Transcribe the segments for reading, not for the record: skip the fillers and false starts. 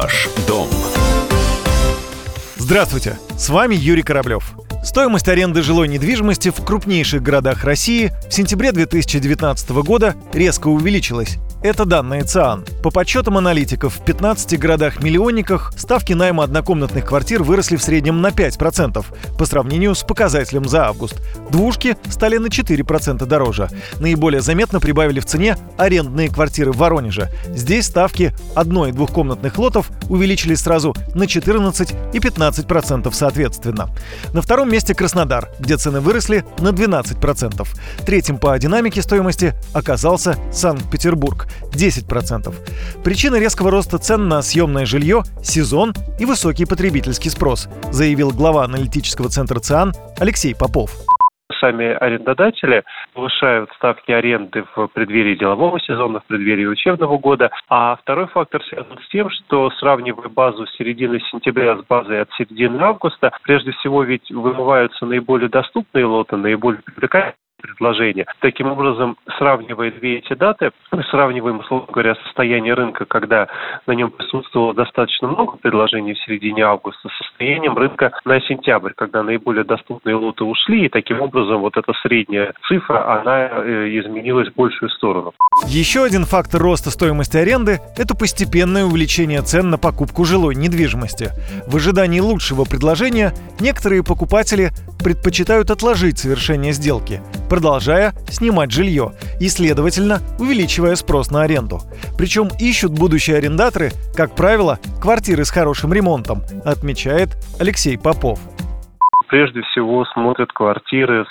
Ваш дом. Здравствуйте, с вами Юрий Кораблев. Стоимость аренды жилой недвижимости в крупнейших городах России в сентябре 2019 года резко увеличилась. Это данные ЦИАН. По подсчетам аналитиков, в 15 городах-миллионниках ставки найма однокомнатных квартир выросли в среднем на 5% по сравнению с показателем за август. Двушки стали на 4% дороже. Наиболее заметно прибавили в цене арендные квартиры в Воронеже. Здесь ставки одно- и двухкомнатных лотов увеличились сразу на 14 и 15% соответственно. На втором месте Краснодар, где цены выросли на 12%. Третьим по динамике стоимости оказался Санкт-Петербург – 10%. Причина резкого роста цен на съемное жилье – сезон и высокий потребительский спрос, заявил глава аналитического центра ЦИАН Алексей Попов. Сами арендодатели повышают ставки аренды в преддверии делового сезона, в преддверии учебного года. А второй фактор связан с тем, что, сравнивая базу с середины сентября с базой от середины августа, прежде всего ведь вымываются наиболее доступные лоты, наиболее привлекательные предложения. Таким образом, сравнивая две эти даты, мы сравниваем, условно говоря, состояние рынка, когда на нем присутствовало достаточно много предложений в середине августа, с состоянием рынка на сентябрь, когда наиболее доступные лоты ушли, и таким образом вот эта средняя цифра, она изменилась в большую сторону. Еще один фактор роста стоимости аренды – это постепенное увеличение цен на покупку жилой недвижимости. В ожидании лучшего предложения некоторые покупатели предпочитают отложить совершение сделки, продолжая снимать жилье и, следовательно, увеличивая спрос на аренду. Причем ищут будущие арендаторы, как правило, квартиры с хорошим ремонтом, отмечает Алексей Попов. Прежде всего смотрят квартиры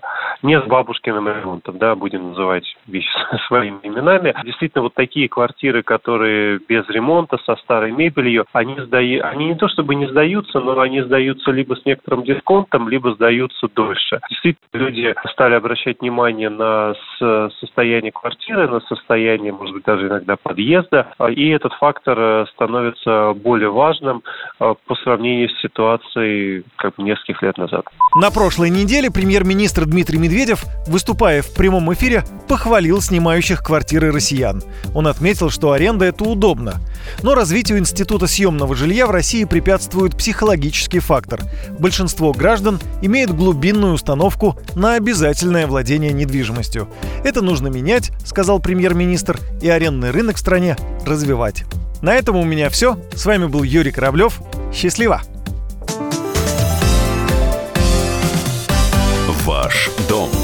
не с бабушкиным ремонтом, будем называть вещи своими именами. Действительно, вот такие квартиры, которые без ремонта, со старой мебелью, они не то чтобы не сдаются, но они сдаются либо с некоторым дисконтом, либо сдаются дольше. Действительно, люди стали обращать внимание на состояние квартиры, на состояние, может быть, даже иногда подъезда, и этот фактор становится более важным по сравнению с ситуацией нескольких лет назад. На прошлой неделе премьер-министр Дмитрий Медведев, выступая в прямом эфире, похвалил снимающих квартиры россиян. Он отметил, что аренда – это удобно. Но развитию института съемного жилья в России препятствует психологический фактор. Большинство граждан имеет глубинную установку на обязательное владение недвижимостью. Это нужно менять, сказал премьер-министр, и арендный рынок в стране развивать. На этом у меня все. С вами был Юрий Кораблев. Счастливо! Ваш дом.